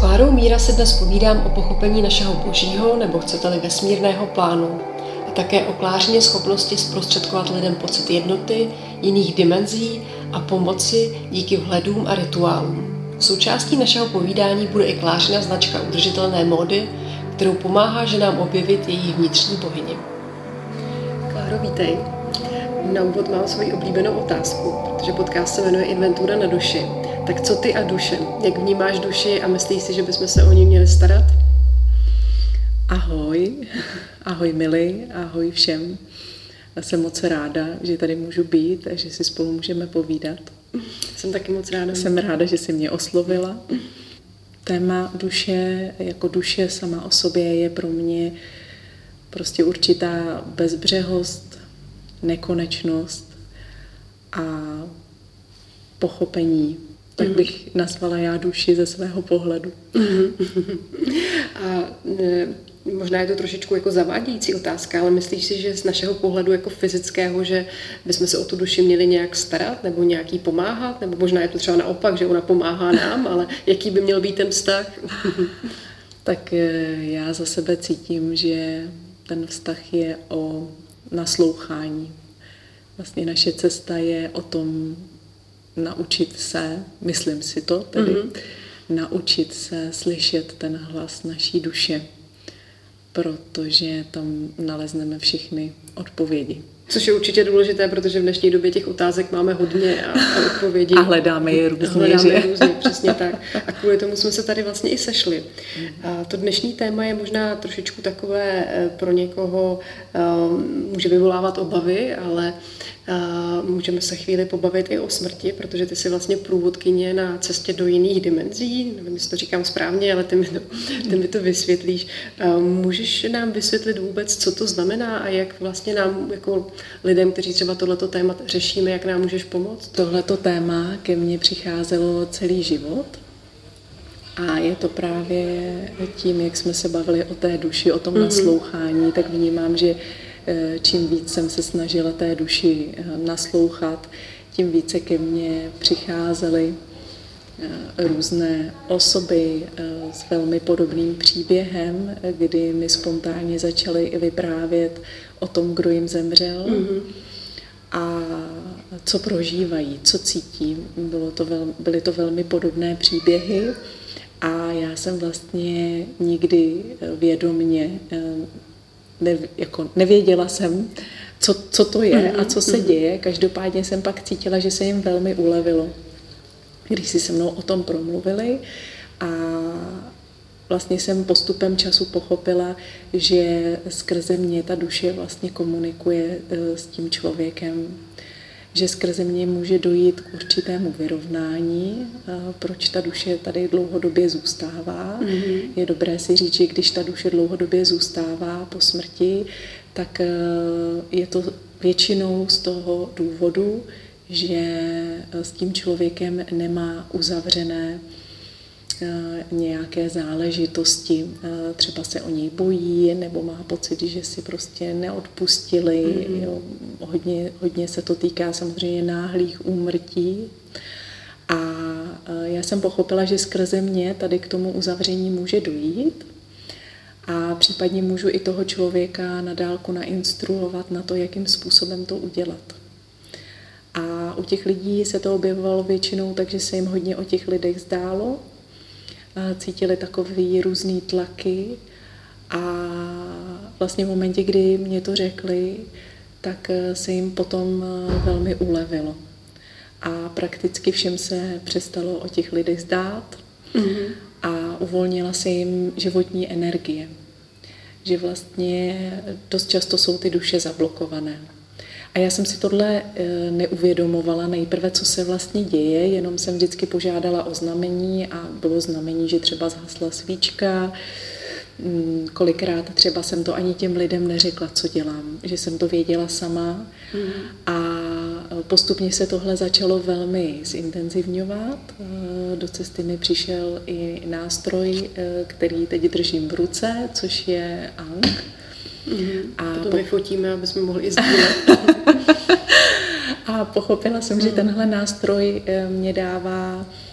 Klárou Míra se dnes povídám o pochopení našeho božího, nebo chcete-li vesmírného plánu, a také o Klářině schopnosti zprostředkovat lidem pocit jednoty, jiných dimenzí a pomoci díky vhledům a rituálům. Součástí našeho povídání bude i Klářina značka udržitelné módy, kterou pomáhá ženám objevit jejich vnitřní bohyni. Kláro, vítej. Na úvod mám svoji oblíbenou otázku, protože podcast se jmenuje Inventura na duši. Tak co ty a duše? Jak vnímáš duši a myslíš si, že bychom se o ní měli starat? Ahoj, ahoj milí, ahoj všem. Já jsem moc ráda, že tady můžu být a že si spolu můžeme povídat. Jsem taky moc ráda. Jsem ráda, že jsi mě oslovila. Téma duše, jako duše sama o sobě, je pro mě prostě určitá bezbřehost, nekonečnost a pochopení. Tak bych nazvala já duši ze svého pohledu. A možná je to trošičku jako zavádějící otázka, ale myslíš si, že z našeho pohledu jako fyzického, že bychom se o tu duši měli nějak starat nebo nějaký pomáhat? Nebo možná je to třeba naopak, že ona pomáhá nám, ale jaký by měl být ten vztah? Tak já za sebe cítím, že ten vztah je o naslouchání. Vlastně naše cesta je o tom naučit se, myslím si to tedy, naučit se slyšet ten hlas naší duše, protože tam nalezneme všechny odpovědi. Což je určitě důležité, protože v dnešní době těch otázek máme hodně a odpovědí. A hledáme je různě, přesně tak. A kvůli tomu jsme se tady vlastně i sešli. A to dnešní téma je možná trošičku takové pro někoho, může vyvolávat obavy, ale můžeme se chvíli pobavit i o smrti, protože ty jsi vlastně průvodkyně na cestě do jiných dimenzí. Nevím, jestli to říkám správně, ale ty mi to vysvětlíš. Můžeš nám vysvětlit vůbec, co to znamená a jak vlastně nám jako lidem, kteří třeba tohleto téma řešíme, jak nám můžeš pomoct? Tohleto téma ke mně přicházelo celý život a je to právě tím, jak jsme se bavili o té duši, o tom naslouchání, tak vnímám, že čím víc jsem se snažila té duši naslouchat, tím více ke mně přicházely různé osoby s velmi podobným příběhem, kdy mi spontánně začaly vyprávět o tom, kdo jim zemřel a co prožívají, co cítí. Byly to velmi podobné příběhy a já jsem vlastně nikdy vědomě nevěděla jsem, co to je a co se děje. Každopádně jsem pak cítila, že se jim velmi ulevilo, když si se mnou o tom promluvili a vlastně jsem postupem času pochopila, že skrze mě ta duše vlastně komunikuje s tím člověkem, že skrze mě může dojít k určitému vyrovnání, proč ta duše tady dlouhodobě zůstává. Je dobré si říct, že když ta duše dlouhodobě zůstává po smrti, tak je to většinou z toho důvodu, že s tím člověkem nemá uzavřené nějaké záležitosti, třeba se o něj bojí, nebo má pocit, že si prostě neodpustili. Jo. Hodně se to týká samozřejmě náhlých úmrtí. A já jsem pochopila, že skrze mě tady k tomu uzavření může dojít a případně můžu i toho člověka na dálku nainstruovat na to, jakým způsobem to udělat. A u těch lidí se to objevovalo většinou, takže se jim hodně o těch lidech zdálo. Cítili takový různý tlaky a vlastně v momentě, kdy mě to řekli, tak se jim potom velmi ulevilo. A prakticky všem se přestalo o těch lidech zdát a uvolnila se jim životní energie. Že vlastně dost často jsou ty duše zablokované. A já jsem si tohle neuvědomovala nejprve, co se vlastně děje, jenom jsem vždycky požádala o znamení a bylo znamení, že třeba zhasla svíčka. Kolikrát třeba jsem to ani těm lidem neřekla, co dělám, že jsem to věděla sama a postupně se tohle začalo velmi zintenzivňovat. Do cesty mi přišel i nástroj, který teď držím v ruce, což je Ankh. A to vyfotíme, aby jsme mohli i sdílet. A pochopila jsem, že tenhle nástroj mě dává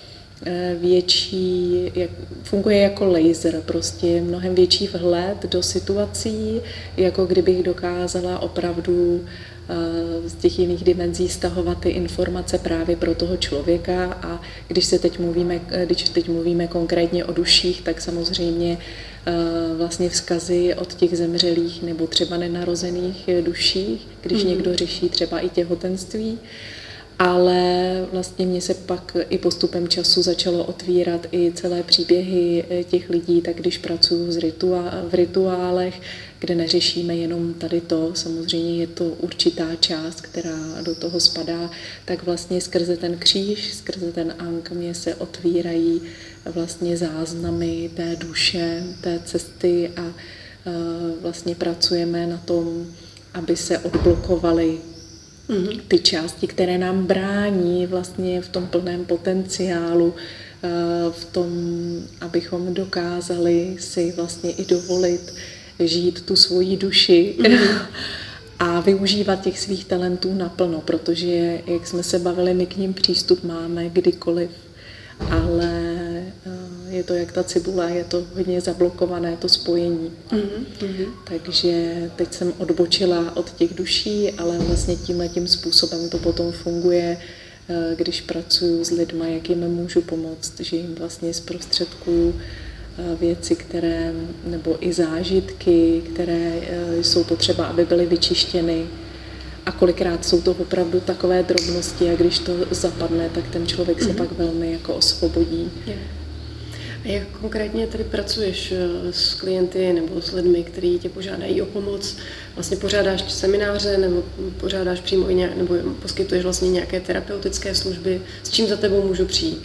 funguje jako laser, prostě mnohem větší vhled do situací, jako kdybych dokázala opravdu z těch jiných dimenzí stahovat ty informace právě pro toho člověka. A když teď mluvíme konkrétně o duších, tak samozřejmě vlastně vzkazy od těch zemřelých nebo třeba nenarozených duších, když někdo řeší třeba i těhotenství. Ale vlastně mě se pak i postupem času začalo otvírat i celé příběhy těch lidí, tak když pracuji v rituálech, kde neřešíme jenom tady to, samozřejmě je to určitá část, která do toho spadá, tak vlastně skrze ten kříž, skrze ten ank mě se otvírají vlastně záznamy té duše, té cesty a vlastně pracujeme na tom, aby se odblokovaly ty části, které nám brání vlastně v tom plném potenciálu, v tom, abychom dokázali si vlastně i dovolit žít tu svoji duši a využívat těch svých talentů naplno, protože, jak jsme se bavili, my k nim přístup máme kdykoliv, ale je to jak ta cibule, je to hodně zablokované, to spojení. Takže teď jsem odbočila od těch duší, ale vlastně tímhletím způsobem to potom funguje, když pracuju s lidma, jak jim můžu pomoct, že jim vlastně zprostředkuju věci, které, nebo i zážitky, které jsou potřeba, aby byly vyčištěny. A kolikrát jsou to opravdu takové drobnosti a když to zapadne, tak ten člověk se pak velmi jako osvobodí. A jak konkrétně tady pracuješ s klienty nebo s lidmi, kteří tě požádají o pomoc? Vlastně pořádáš semináře nebo pořádáš přímo i nebo poskytuješ vlastně nějaké terapeutické služby? S čím za tebou můžu přijít?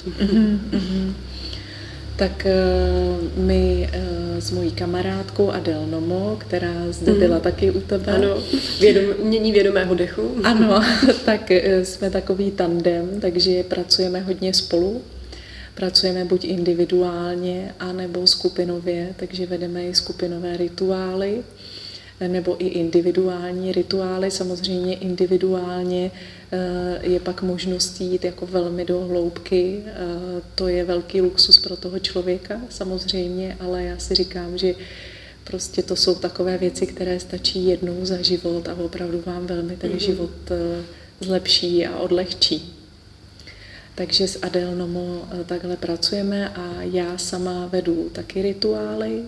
Tak my s mojí kamarádkou Adel Nomo, která zde byla taky u tebe. Ano, umění vědomého dechu. Ano, tak jsme takový tandem, takže pracujeme hodně spolu. Pracujeme buď individuálně, anebo skupinově, takže vedeme i skupinové rituály, nebo i individuální rituály. Samozřejmě individuálně je pak možnost jít jako velmi do hloubky. To je velký luxus pro toho člověka samozřejmě, ale já si říkám, že prostě to jsou takové věci, které stačí jednou za život a opravdu vám velmi ten život zlepší a odlehčí. Takže s Adel Nomo takhle pracujeme a já sama vedu taky rituály.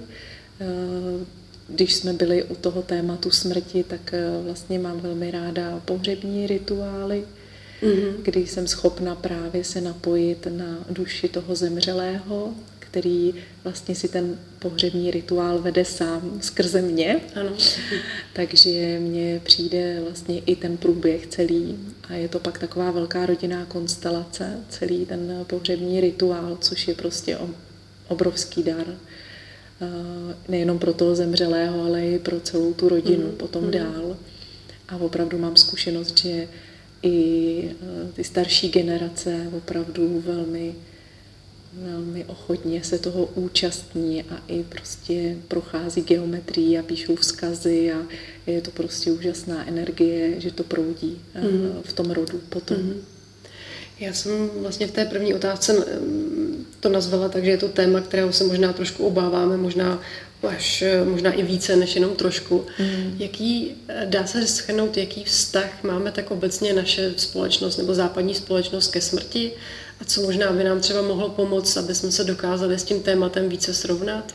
Když jsme byli u toho tématu smrti, tak vlastně mám velmi ráda pohřební rituály, kdy jsem schopna právě se napojit na duši toho zemřelého, který vlastně si ten pohřební rituál vede sám skrze mě. Ano. Takže mně přijde vlastně i ten průběh celý a je to pak taková velká rodinná konstelace, celý ten pohřební rituál, což je prostě obrovský dar. Nejenom pro toho zemřelého, ale i pro celou tu rodinu potom dál. A opravdu mám zkušenost, že i ty starší generace opravdu velmi ochotně se toho účastní a i prostě prochází geometrii a píšou vzkazy a je to prostě úžasná energie, že to proudí v tom rodu potom. Já jsem vlastně v té první otázce to nazvala tak, že je to téma, kterého se možná trošku obáváme, možná i více než jenom trošku. Dá se shrnout, jaký vztah máme tak obecně naše společnost nebo západní společnost ke smrti a co možná by nám třeba mohlo pomoct, aby jsme se dokázali s tím tématem více srovnat?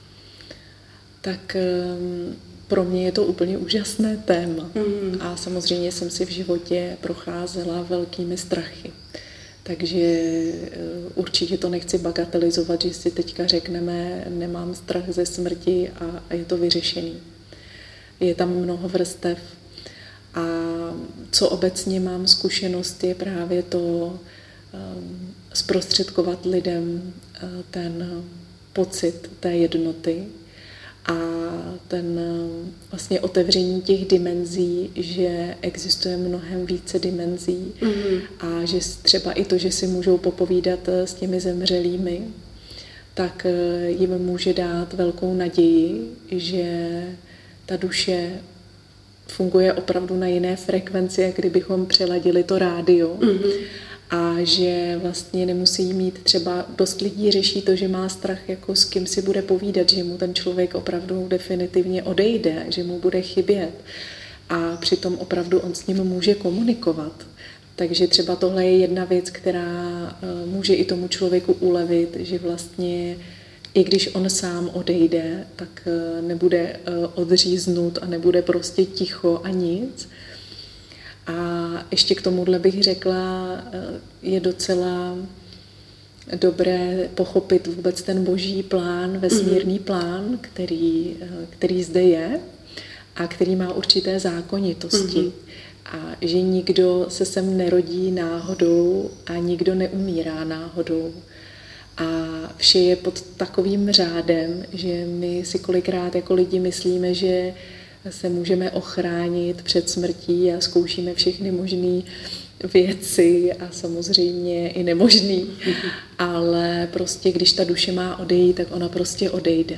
Tak pro mě je to úplně úžasné téma a samozřejmě jsem si v životě procházela velkými strachy. Takže určitě to nechci bagatelizovat, že si teďka řekneme, nemám strach ze smrti a je to vyřešený. Je tam mnoho vrstev a co obecně mám zkušenost je právě to zprostředkovat lidem ten pocit té jednoty a ten vlastně otevření těch dimenzí, že existuje mnohem více dimenzí a že třeba i to, že si můžou popovídat s těmi zemřelými, tak jim může dát velkou naději, že ta duše funguje opravdu na jiné frekvenci, jak kdybychom přeladili to rádio A že vlastně nemusí mít, třeba dost lidí řeší to, že má strach, jako s kým si bude povídat, že mu ten člověk opravdu definitivně odejde, že mu bude chybět. A přitom opravdu on s ním může komunikovat. Takže třeba tohle je jedna věc, která může i tomu člověku ulevit, že vlastně i když on sám odejde, tak nebude odříznut a nebude prostě ticho a nic. A ještě k tomuhle bych řekla, je docela dobré pochopit vůbec ten boží plán, vesmírný plán, který zde je a který má určité zákonitosti. A že nikdo se sem nerodí náhodou a nikdo neumírá náhodou. A vše je pod takovým řádem, že my si kolikrát jako lidi myslíme, že se můžeme ochránit před smrtí a zkoušíme všechny možné věci a samozřejmě i nemožný. Ale prostě, když ta duše má odejít, tak ona prostě odejde.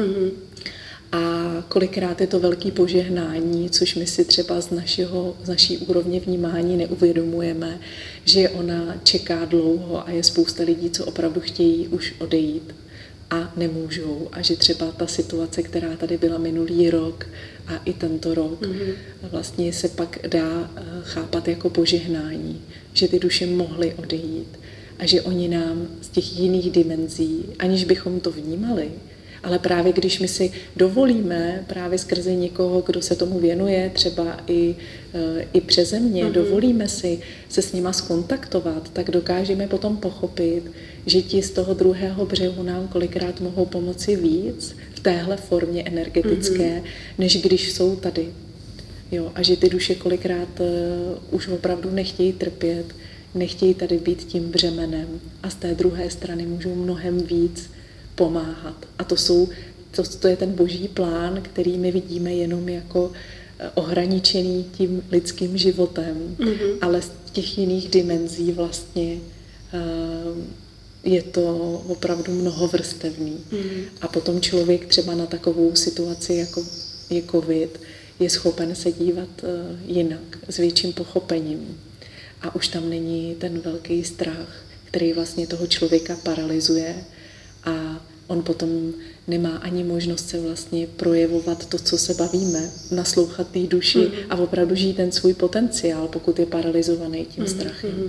A kolikrát je to velký požehnání, což my si třeba z naší úrovně vnímání neuvědomujeme, že ona čeká dlouho a je spousta lidí, co opravdu chtějí už odejít a nemůžou. A že třeba ta situace, která tady byla minulý rok a i tento rok, vlastně se pak dá chápat jako požehnání, že ty duše mohly odejít a že oni nám z těch jiných dimenzí, aniž bychom to vnímali, ale právě když my si dovolíme právě skrze někoho, kdo se tomu věnuje, třeba i přeze mě, dovolíme si se s nima skontaktovat, tak dokážeme potom pochopit, že ti z toho druhého břehu nám kolikrát mohou pomoci víc v téhle formě energetické, než když jsou tady. Jo, a že ty duše kolikrát už opravdu nechtějí trpět, nechtějí tady být tím břemenem a z té druhé strany můžou mnohem víc pomáhat. A to je ten boží plán, který my vidíme jenom jako ohraničený tím lidským životem, ale z těch jiných dimenzí vlastně je to opravdu mnohovrstevný. A potom člověk třeba na takovou situaci, jako je covid, je schopen se dívat jinak, s větším pochopením. A už tam není ten velký strach, který vlastně toho člověka paralyzuje a on potom nemá ani možnost se vlastně projevovat to, co se bavíme, naslouchat té duši a opravdu žít ten svůj potenciál, pokud je paralyzovaný tím strachem.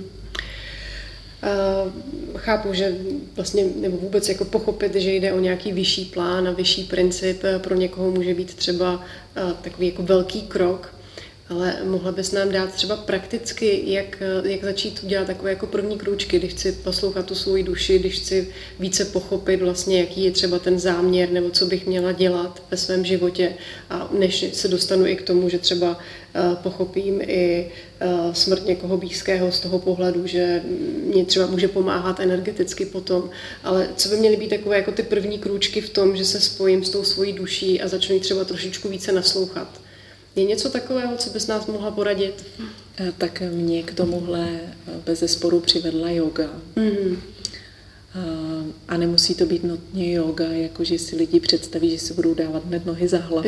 Chápu, že vlastně, nebo vůbec jako pochopit, že jde o nějaký vyšší plán a vyšší princip, pro někoho může být třeba takový jako velký krok, ale mohla bys nám dát třeba prakticky, jak začít dělat takové jako první krůčky, když chci poslouchat tu svou duši, když chci více pochopit vlastně, jaký je třeba ten záměr, nebo co bych měla dělat ve svém životě, a než se dostanu i k tomu, že třeba pochopím i smrt někoho blízkého z toho pohledu, že mě třeba může pomáhat energeticky potom, ale co by měly být takové jako ty první krůčky v tom, že se spojím s tou svojí duší a začnu třeba trošičku více naslouchat. Je něco takového, co bys nás mohla poradit? Tak mě k tomuhle bezesporu přivedla yoga. A nemusí to být nutně yoga, jakože si lidi představí, že si budou dávat hned nohy za hlavu.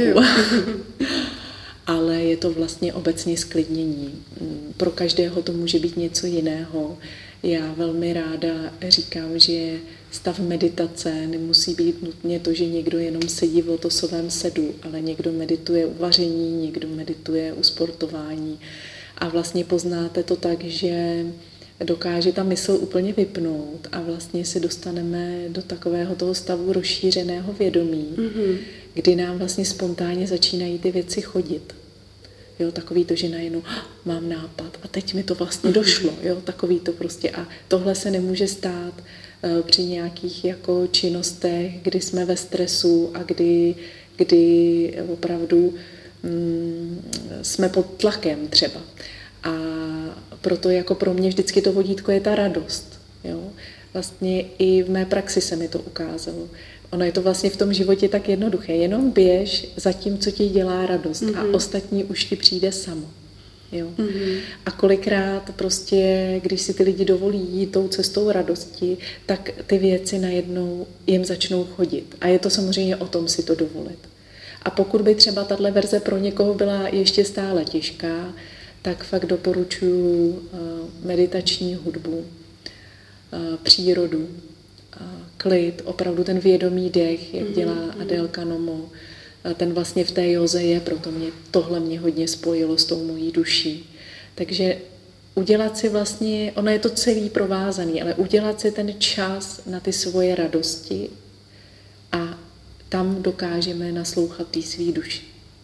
Ale je to vlastně obecně zklidnění. Pro každého to může být něco jiného. Já velmi ráda říkám, že stav meditace nemusí být nutně to, že někdo jenom sedí v lotosovém sedu, ale někdo medituje u vaření, někdo medituje u sportování. A vlastně poznáte to tak, že dokáže ta mysl úplně vypnout a vlastně se dostaneme do takového toho stavu rozšířeného vědomí, kdy nám vlastně spontánně začínají ty věci chodit. Jo, takový to, že najednou mám nápad a teď mi to vlastně došlo. Jo, takový to prostě. A tohle se nemůže stát při nějakých jako činnostech, kdy jsme ve stresu a kdy opravdu jsme pod tlakem třeba. A proto jako pro mě vždycky to vodítko je ta radost. Jo. Vlastně i v mé praxi se mi to ukázalo. Ono je to vlastně v tom životě tak jednoduché. Jenom běž za tím, co ti dělá radost a ostatní už ti přijde samo. Jo. A kolikrát prostě, když si ty lidi dovolí jít tou cestou radosti, tak ty věci najednou jim začnou chodit. A je to samozřejmě o tom si to dovolit. A pokud by třeba tato verze pro někoho byla ještě stále těžká, tak fakt doporučuji meditační hudbu, přírodu, klid, opravdu ten vědomý dech, jak dělá Adele Kanomo. Ten vlastně v té józe je, proto tohle mě hodně spojilo s tou mojí duší. Takže udělat si vlastně, ono je to celý provázaný, ale udělat si ten čas na ty svoje radosti a tam dokážeme naslouchat té svý duši.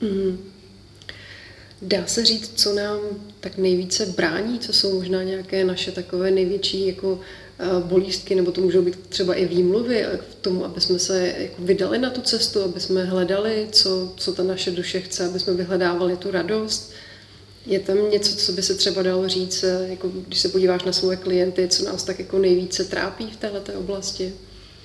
Dá se říct, co nám tak nejvíce brání, co jsou možná nějaké naše takové největší jako bolístky, nebo to můžou být třeba i výmluvy k tomu, aby jsme se jako vydali na tu cestu, aby jsme hledali, co ta naše duše chce, aby jsme vyhledávali tu radost. Je tam něco, co by se třeba dalo říct, jako když se podíváš na svoje klienty, co nás tak jako nejvíce trápí v této oblasti?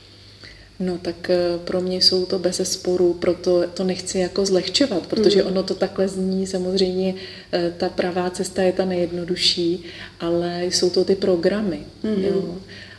No tak pro mě jsou to bezesporu, proto to nechci jako zlehčovat, protože ono to takhle zní, samozřejmě ta pravá cesta je ta nejjednodušší, ale jsou to ty programy, jo.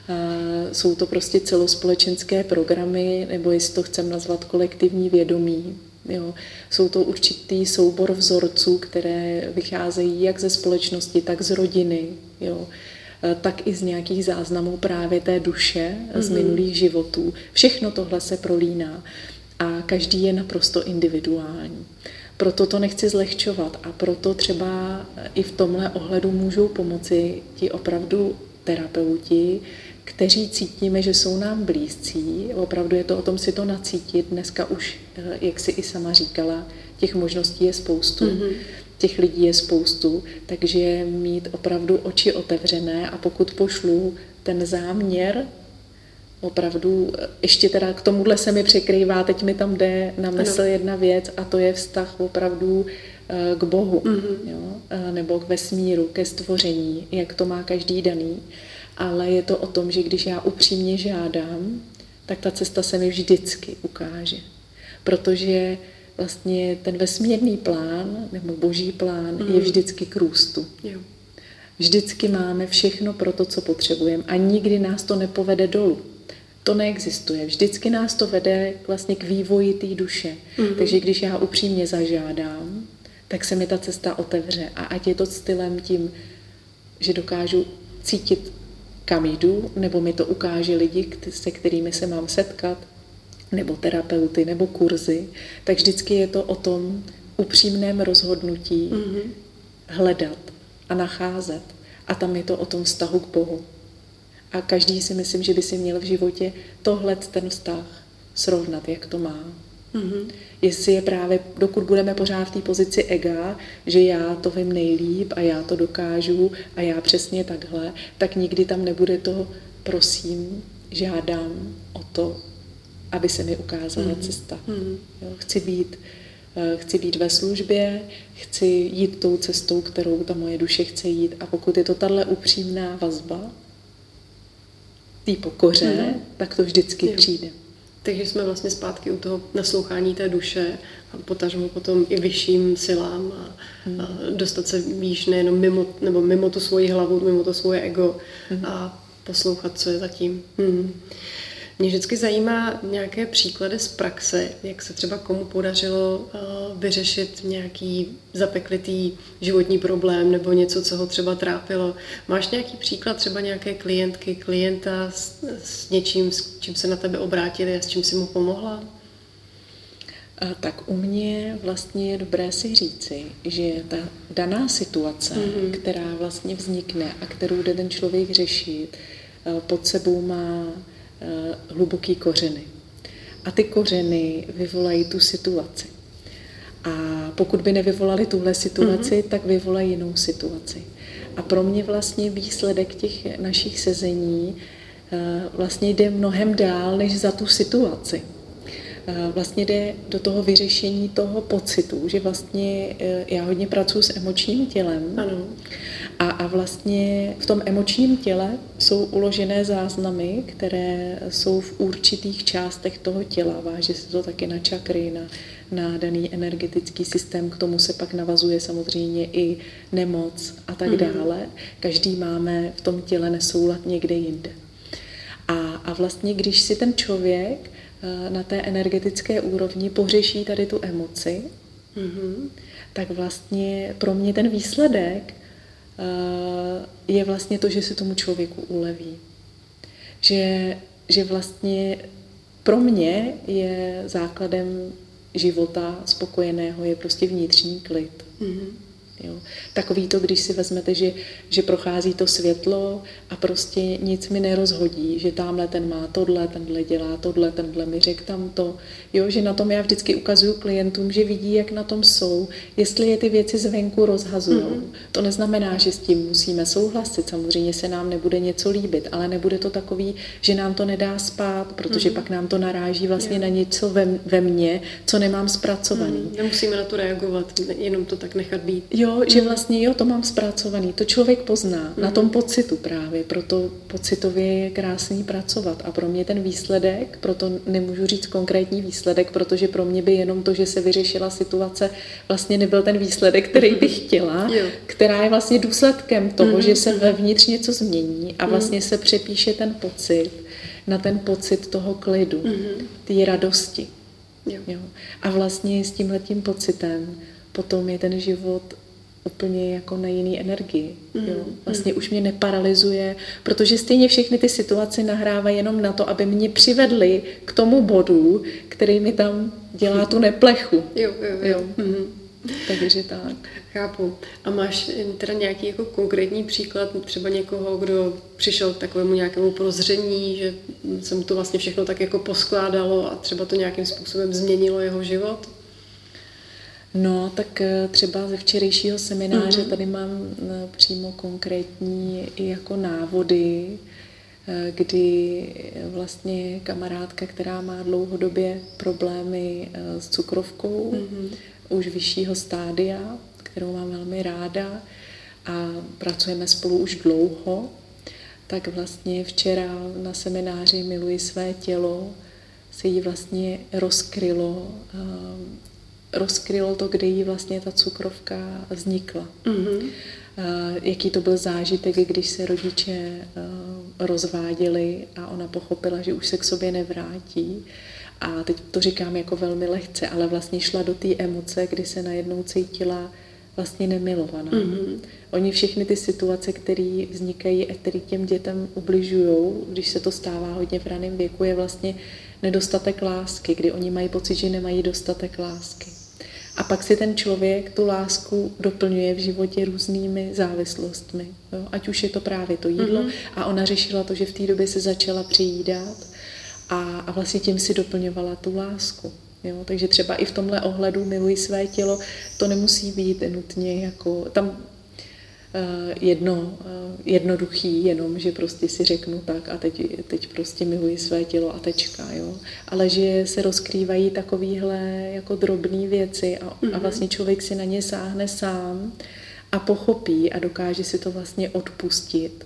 Jsou to prostě celospolečenské programy, nebo jestli to chceme nazvat kolektivní vědomí. Jo. Jsou to určitý soubor vzorců, které vycházejí jak ze společnosti, tak z rodiny, jo. Tak i z nějakých záznamů právě té duše z minulých životů. Všechno tohle se prolíná a každý je naprosto individuální. Proto to nechci zlehčovat a proto třeba i v tomhle ohledu můžou pomoci ti opravdu terapeuti, kteří cítíme, že jsou nám blízcí. Opravdu je to o tom si to nacítit. Dneska už, jak jsi i sama říkala, těch možností je spoustu. Těch lidí je spoustu, takže mít opravdu oči otevřené a pokud pošlu ten záměr, opravdu, ještě teda k tomuhle se mi překrývá, teď mi tam jde na mysl jedna věc a to je vztah opravdu k Bohu, jo? Nebo k vesmíru, ke stvoření, jak to má každý daný, ale je to o tom, že když já upřímně žádám, tak ta cesta se mi vždycky ukáže, protože vlastně ten vesmírný plán nebo boží plán je vždycky k růstu. Jo. Vždycky máme všechno pro to, co potřebujeme a nikdy nás to nepovede dolů. To neexistuje. Vždycky nás to vede vlastně k vývoji té duše. Takže když já upřímně zažádám, tak se mi ta cesta otevře a ať je to stylem tím, že dokážu cítit, kam jdu, nebo mi to ukáže lidi, se kterými se mám setkat, nebo terapeuty, nebo kurzy, tak vždycky je to o tom upřímném rozhodnutí hledat a nacházet. A tam je to o tom vztahu k Bohu. A každý si myslím, že by si měl v životě ten vztah srovnat, jak to má. Jestli je právě, dokud budeme pořád v té pozici ega, že já to vím nejlíp a já to dokážu a já přesně takhle, tak nikdy tam nebude to, prosím, žádám o to, aby se mi ukázala cesta. Jo, chci být ve službě, chci jít tou cestou, kterou ta moje duše chce jít. A pokud je to tahle upřímná vazba, té pokoře, tak to vždycky přijde. Takže jsme vlastně zpátky u toho naslouchání té duše a potažmo potom i vyšším silám a dostat se výš nejenom mimo tu svoji hlavu, mimo to svoje ego a poslouchat, co je zatím. Mě vždycky zajímá nějaké příklady z praxe, jak se třeba komu podařilo vyřešit nějaký zapeklitý životní problém nebo něco, co ho třeba trápilo. Máš nějaký příklad třeba nějaké klienta s něčím, s čím se na tebe obrátili a s čím si mu pomohla? Tak u mě vlastně je dobré si říci, že ta daná situace, která vlastně vznikne a kterou jde ten člověk řešit, pod sebou má hluboký kořeny. A ty kořeny vyvolají tu situaci. A pokud by nevyvolali tuhle situaci, tak vyvolají jinou situaci. A pro mě vlastně výsledek těch našich sezení vlastně jde mnohem dál, než za tu situaci. Vlastně jde do toho vyřešení toho pocitu, že vlastně já hodně pracuji s emočním tělem. Ano. A vlastně v tom emočním těle jsou uložené záznamy, které jsou v určitých částech toho těla. Váže se to taky na čakry, na daný energetický systém. K tomu se pak navazuje samozřejmě i nemoc a tak dále. Každý máme v tom těle nesoulad někde jinde. A vlastně, když si ten člověk na té energetické úrovni pořeší tady tu emoci, tak vlastně pro mě ten výsledek je vlastně to, že se tomu člověku uleví. Že vlastně pro mě je základem života spokojeného je prostě vnitřní klid. Jo. Takový to, když si vezmete, že prochází to světlo a prostě nic mi nerozhodí, že tamhle ten má tohle, tenhle dělá tohle, tenhle mi řekl tamto. Jo, že na tom já vždycky ukazuju klientům, že vidí, jak na tom jsou, jestli je ty věci zvenku rozhazujou. To neznamená, že s tím musíme souhlasit, samozřejmě se nám nebude něco líbit, ale nebude to takový, že nám to nedá spát, protože pak nám to naráží vlastně na něco ve mně, co nemám zpracovaný. Nemusíme na to reagovat, jenom to tak nechat být. Jo, že vlastně to mám zpracovaný, to člověk pozná na tom pocitu právě, proto pocitově je krásný pracovat a pro mě ten výsledek, proto nemůžu říct konkrétní výsledek, protože pro mě by jenom to, že se vyřešila situace, vlastně nebyl ten výsledek, který bych chtěla, která je vlastně důsledkem toho, že se vevnitř něco změní a vlastně se přepíše ten pocit na ten pocit toho klidu, té radosti. Jo. A vlastně s tímhletím pocitem potom je ten život úplně jako na jiný energii. Jo. Vlastně už mě neparalyzuje, protože stejně všechny ty situace nahrávají jenom na to, aby mě přivedli k tomu bodu, který mi tam dělá tu neplechu. Jo. Takže tak. Chápu. A máš teda nějaký jako konkrétní příklad třeba někoho, kdo přišel k takovému nějakému prozření, že se mu to vlastně všechno tak jako poskládalo a třeba to nějakým způsobem změnilo jeho život? No, tak třeba ze včerejšího semináře tady mám přímo konkrétní i jako návody, kdy vlastně kamarádka, která má dlouhodobě problémy s cukrovkou, už vyššího stádia, kterou mám velmi ráda a pracujeme spolu už dlouho, tak vlastně včera na semináři Miluji své tělo se jí vlastně rozkrylo to, kde jí vlastně ta cukrovka vznikla. Jaký to byl zážitek, když se rodiče rozváděli a ona pochopila, že už se k sobě nevrátí. A teď to říkám jako velmi lehce, ale vlastně šla do té emoce, kdy se najednou cítila vlastně nemilovaná. Oni všechny ty situace, které vznikají a které těm dětem ubližujou, když se to stává hodně v raném věku, je vlastně nedostatek lásky, kdy oni mají pocit, že nemají dostatek lásky. A pak si ten člověk tu lásku doplňuje v životě různými závislostmi. Jo? Ať už je to právě to jídlo. A ona řešila to, že v té době se začala přijídat a vlastně tím si doplňovala tu lásku. Jo? Takže třeba i v tomhle ohledu Miluji své tělo, to nemusí být nutně jako tam jednoduchý, jenom, že prostě si řeknu tak a teď prostě miluji své tělo a tečka, jo. Ale že se rozkrývají takovýhle jako drobné věci a vlastně člověk si na ně sáhne sám a pochopí a dokáže si to vlastně odpustit.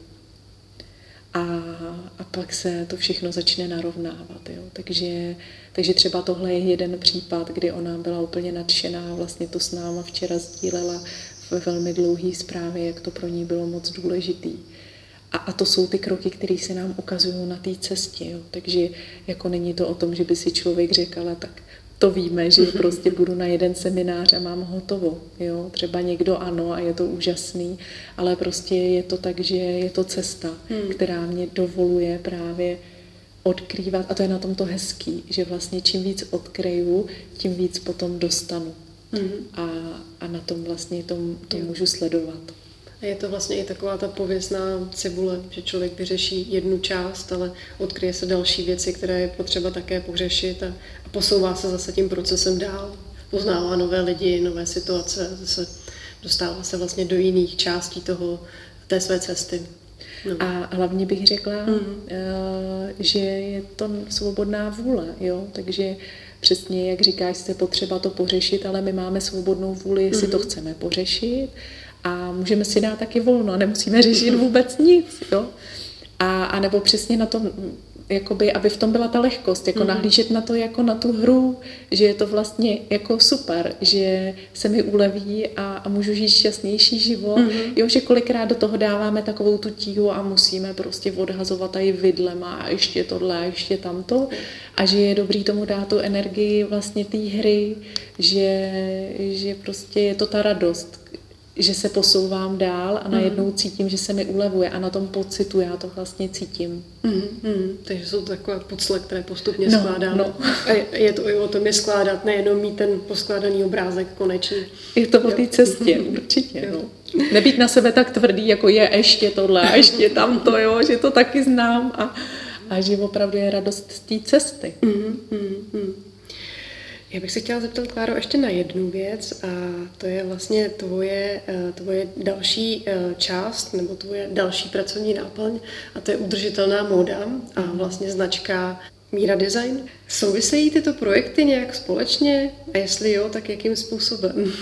A pak se to všechno začne narovnávat. Jo. Takže třeba tohle je jeden případ, kdy ona byla úplně nadšená, vlastně to s náma včera sdílela ve velmi dlouhé zprávě, jak to pro ní bylo moc důležitý. A to jsou ty kroky, které se nám ukazují na té cestě. Jo. Takže jako není to o tom, že by si člověk řekl, ale tak to víme, že prostě budu na jeden seminář a mám hotovo. Jo. Třeba někdo ano a je to úžasný, ale prostě je to tak, že je to cesta, která mě dovoluje právě odkrývat, a to je na tom to hezký, že vlastně čím víc odkryju, tím víc potom dostanu. A na tom vlastně to můžu sledovat. A je to vlastně i taková ta pověstná cibule, že člověk vyřeší jednu část, ale odkryje se další věci, které je potřeba také pořešit a posouvá se zase tím procesem dál. Poznává nové lidi, nové situace, zase dostává se vlastně do jiných částí té své cesty. No. A hlavně bych řekla, že je to svobodná vůle, jo, takže přesně, jak říkáš, se potřeba to pořešit, ale my máme svobodnou vůli, jestli to chceme pořešit a můžeme si dát taky volno, nemusíme řešit vůbec nic, jo. A nebo přesně na tom jakoby, aby v tom byla ta lehkost, jako nahlížet na to jako na tu hru, že je to vlastně jako super, že se mi uleví a můžu žít šťastnější život. Jo, že kolikrát do toho dáváme takovou tu tíhu a musíme prostě odhazovat tady vidlema a ještě tohle a ještě tamto a že je dobrý tomu dát tu energii vlastně té hry, že prostě je to ta radost, že se posouvám dál a najednou cítím, že se mi ulevuje a na tom pocitu já to vlastně cítím. Takže jsou to takové pucle, které postupně skládáme. A je to i o tom je skládat, nejenom mít ten poskládaný obrázek konečný. Je to o té cestě, určitě. No. Nebýt na sebe tak tvrdý, jako je ještě tohle a ještě tamto, jo, že to taky znám a že opravdu je radost z té cesty. Já bych se chtěla zeptat, Kláro, ještě na jednu věc a to je vlastně tvoje další část nebo tvoje další pracovní náplň a to je udržitelná móda a vlastně značka Míra Design. Souvisejí tyto projekty nějak společně a jestli jo, tak jakým způsobem?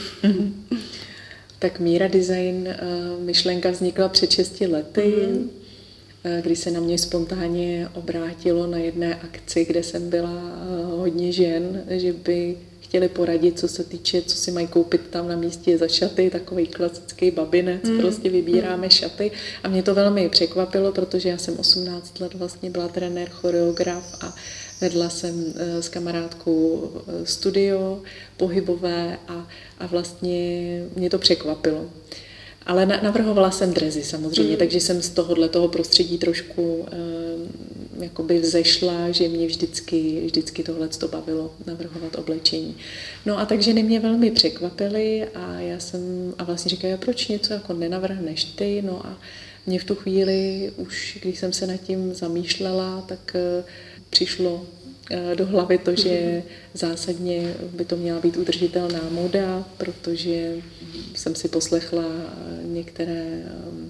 Tak Míra Design, myšlenka vznikla před 6 lety, kdy se na mě spontánně obrátilo na jedné akci, kde jsem byla hodně žen, že by chtěli poradit, co se týče, co si mají koupit tam na místě za šaty, takový klasický babinec, prostě vybíráme šaty. A mě to velmi překvapilo, protože já jsem 18 let vlastně byla trenér, choreograf a vedla jsem s kamarádkou studio pohybové a vlastně mě to překvapilo. Ale navrhovala jsem dresy samozřejmě, takže jsem z toho prostředí trošku jakoby vzešla, že mě vždycky tohleto bavilo navrhovat oblečení. No a takže mě velmi překvapily a vlastně říkala, proč něco jako nenavrhneš ty, no a mě v tu chvíli už, když jsem se nad tím zamýšlela, tak přišlo do hlavy to, že zásadně by to měla být udržitelná móda, protože jsem si poslechla některé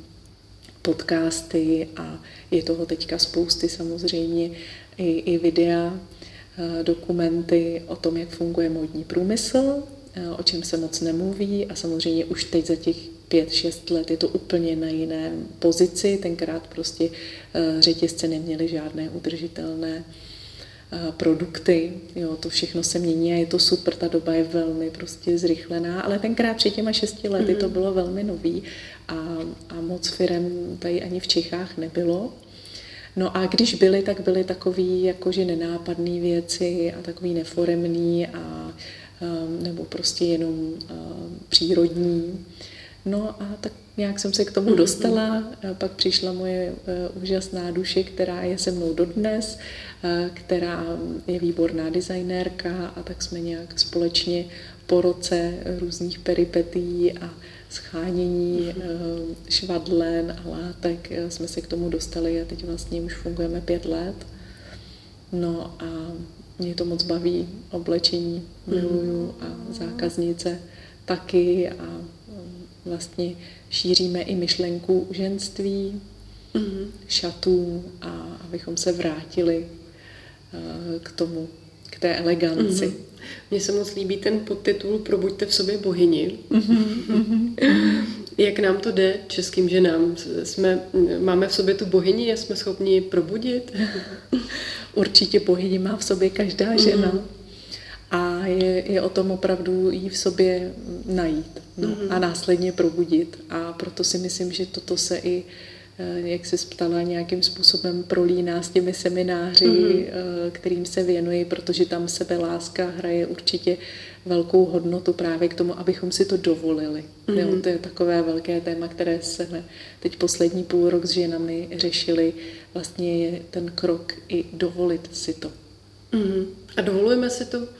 podcasty a je toho teďka spousty samozřejmě i videa, dokumenty o tom, jak funguje módní průmysl, o čem se moc nemluví a samozřejmě už teď za těch 5-6 let je to úplně na jiné pozici, tenkrát prostě řetězce neměly žádné udržitelné produkty, jo, to všechno se mění a je to super, ta doba je velmi prostě zrychlená, ale tenkrát před těma 6 lety to bylo velmi nový a moc firem tady ani v Čechách nebylo. No a když byly, tak byly takový jakože nenápadný věci a takový neforemný a nebo prostě jenom přírodní. No a tak nějak jsem se k tomu dostala, pak přišla moje úžasná duše, která je se mnou dodnes, která je výborná designérka a tak jsme nějak společně po roce různých peripetí a schánění švadlen a látek jsme se k tomu dostali a teď vlastně už fungujeme 5 let. No a mě to moc baví, oblečení miluju a zákaznice taky a vlastně šíříme i myšlenku ženství, šatů a abychom se vrátili k tomu, k té eleganci. Mně se moc líbí ten podtitul Probuďte v sobě bohyni. Jak nám to jde českým ženám? Máme v sobě tu bohyni a jsme schopni ji probudit? Určitě bohyni má v sobě každá žena. A je o tom opravdu jí v sobě najít a následně probudit. A proto si myslím, že toto se i, jak se ptala, nějakým způsobem prolíná s těmi semináři, kterým se věnuji, protože tam sebeláska hraje určitě velkou hodnotu právě k tomu, abychom si to dovolili. Jo, to je takové velké téma, které jsme teď poslední půl rok s ženami řešili. Vlastně je ten krok i dovolit si to. A dovolujeme si to?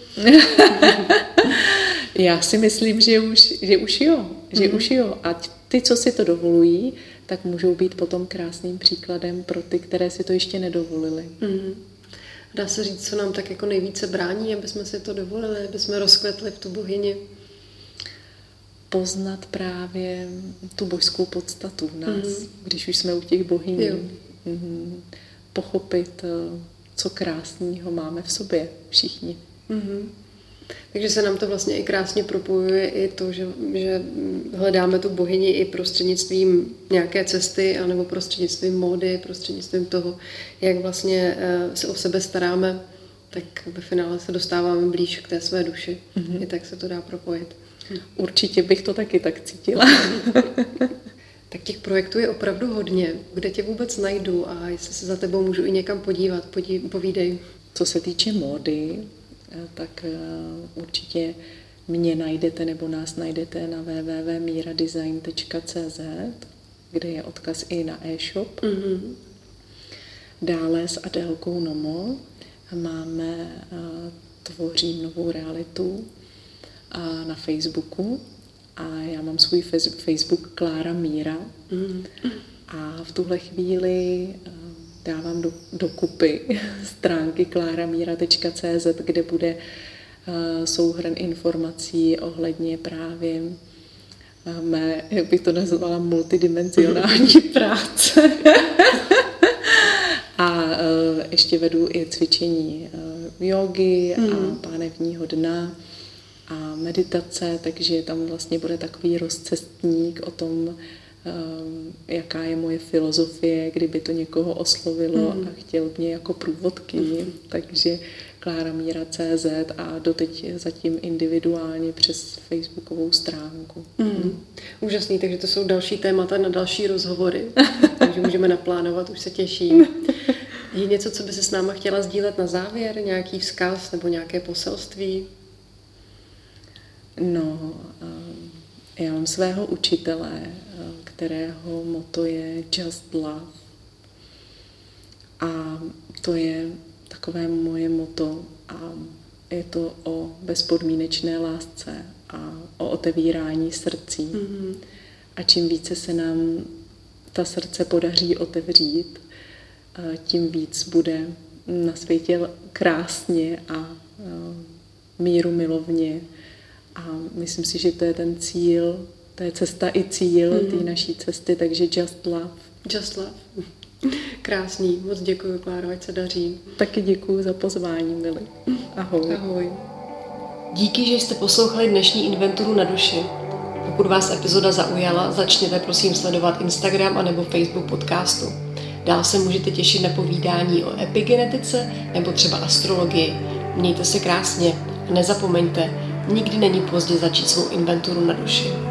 Já si myslím, že už jo. A ty, co si to dovolují, tak můžou být potom krásným příkladem pro ty, které si to ještě nedovolili. Dá se říct, co nám tak jako nejvíce brání, aby jsme si to dovolili, aby jsme rozkvetli v tu bohyni? Poznat právě tu božskou podstatu v nás, když už jsme u těch bohyní. Pochopit, co krásného máme v sobě všichni. Takže se nám to vlastně i krásně propojuje i to, že hledáme tu bohyni i prostřednictvím nějaké cesty, anebo prostřednictvím módy, prostřednictvím toho, jak vlastně se o sebe staráme, tak ve finále se dostáváme blíž k té své duši. I tak se to dá propojit. Určitě bych to taky tak cítila. Tak těch projektů je opravdu hodně. Kde tě vůbec najdu a jestli se za tebou můžu i někam podívat, povídej. Co se týče módy, tak určitě mě najdete nebo nás najdete na www.miradesign.cz, kde je odkaz i na e-shop. Dále s Adélkou Nomo tvořím novou realitu na Facebooku a já mám svůj Facebook Klára Míra a v tuhle chvíli dávám dokupy stránky kláramíra.cz, kde bude souhrn informací ohledně právě mé, jak bych to nazvala, multidimenzionální práce. A ještě vedu i cvičení jógy a pánevního dna a meditace, takže tam vlastně bude takový rozcestník o tom, jaká je moje filozofie, kdyby to někoho oslovilo a chtěl mě jako průvodkyni. Takže kláramíra.cz a doteď zatím individuálně přes facebookovou stránku. Úžasný, takže to jsou další témata na další rozhovory, takže můžeme naplánovat, už se těším. Je něco, co by se s náma chtěla sdílet na závěr, nějaký vzkaz nebo nějaké poselství? No, já mám svého učitele, kterého motto je Just Love. A to je takové moje motto a je to o bezpodmínečné lásce a o otevírání srdcí. A čím více se nám ta srdce podaří otevřít, tím víc bude na světě krásně a míru milovně. A myslím si, že to je ten cíl, to je cesta i cíl té naší cesty, takže just love. Just love. Krásný, moc děkuji, Kláro, ať se daří. Taky děkuji za pozvání, Mili. Ahoj. Ahoj. Díky, že jste poslouchali dnešní inventuru na duši. Pokud vás epizoda zaujala, začněte prosím sledovat Instagram anebo Facebook podcastu. Dál se můžete těšit na povídání o epigenetice nebo třeba astrologii. Mějte se krásně a nezapomeňte, nikdy není pozdě začít svou inventuru na duši.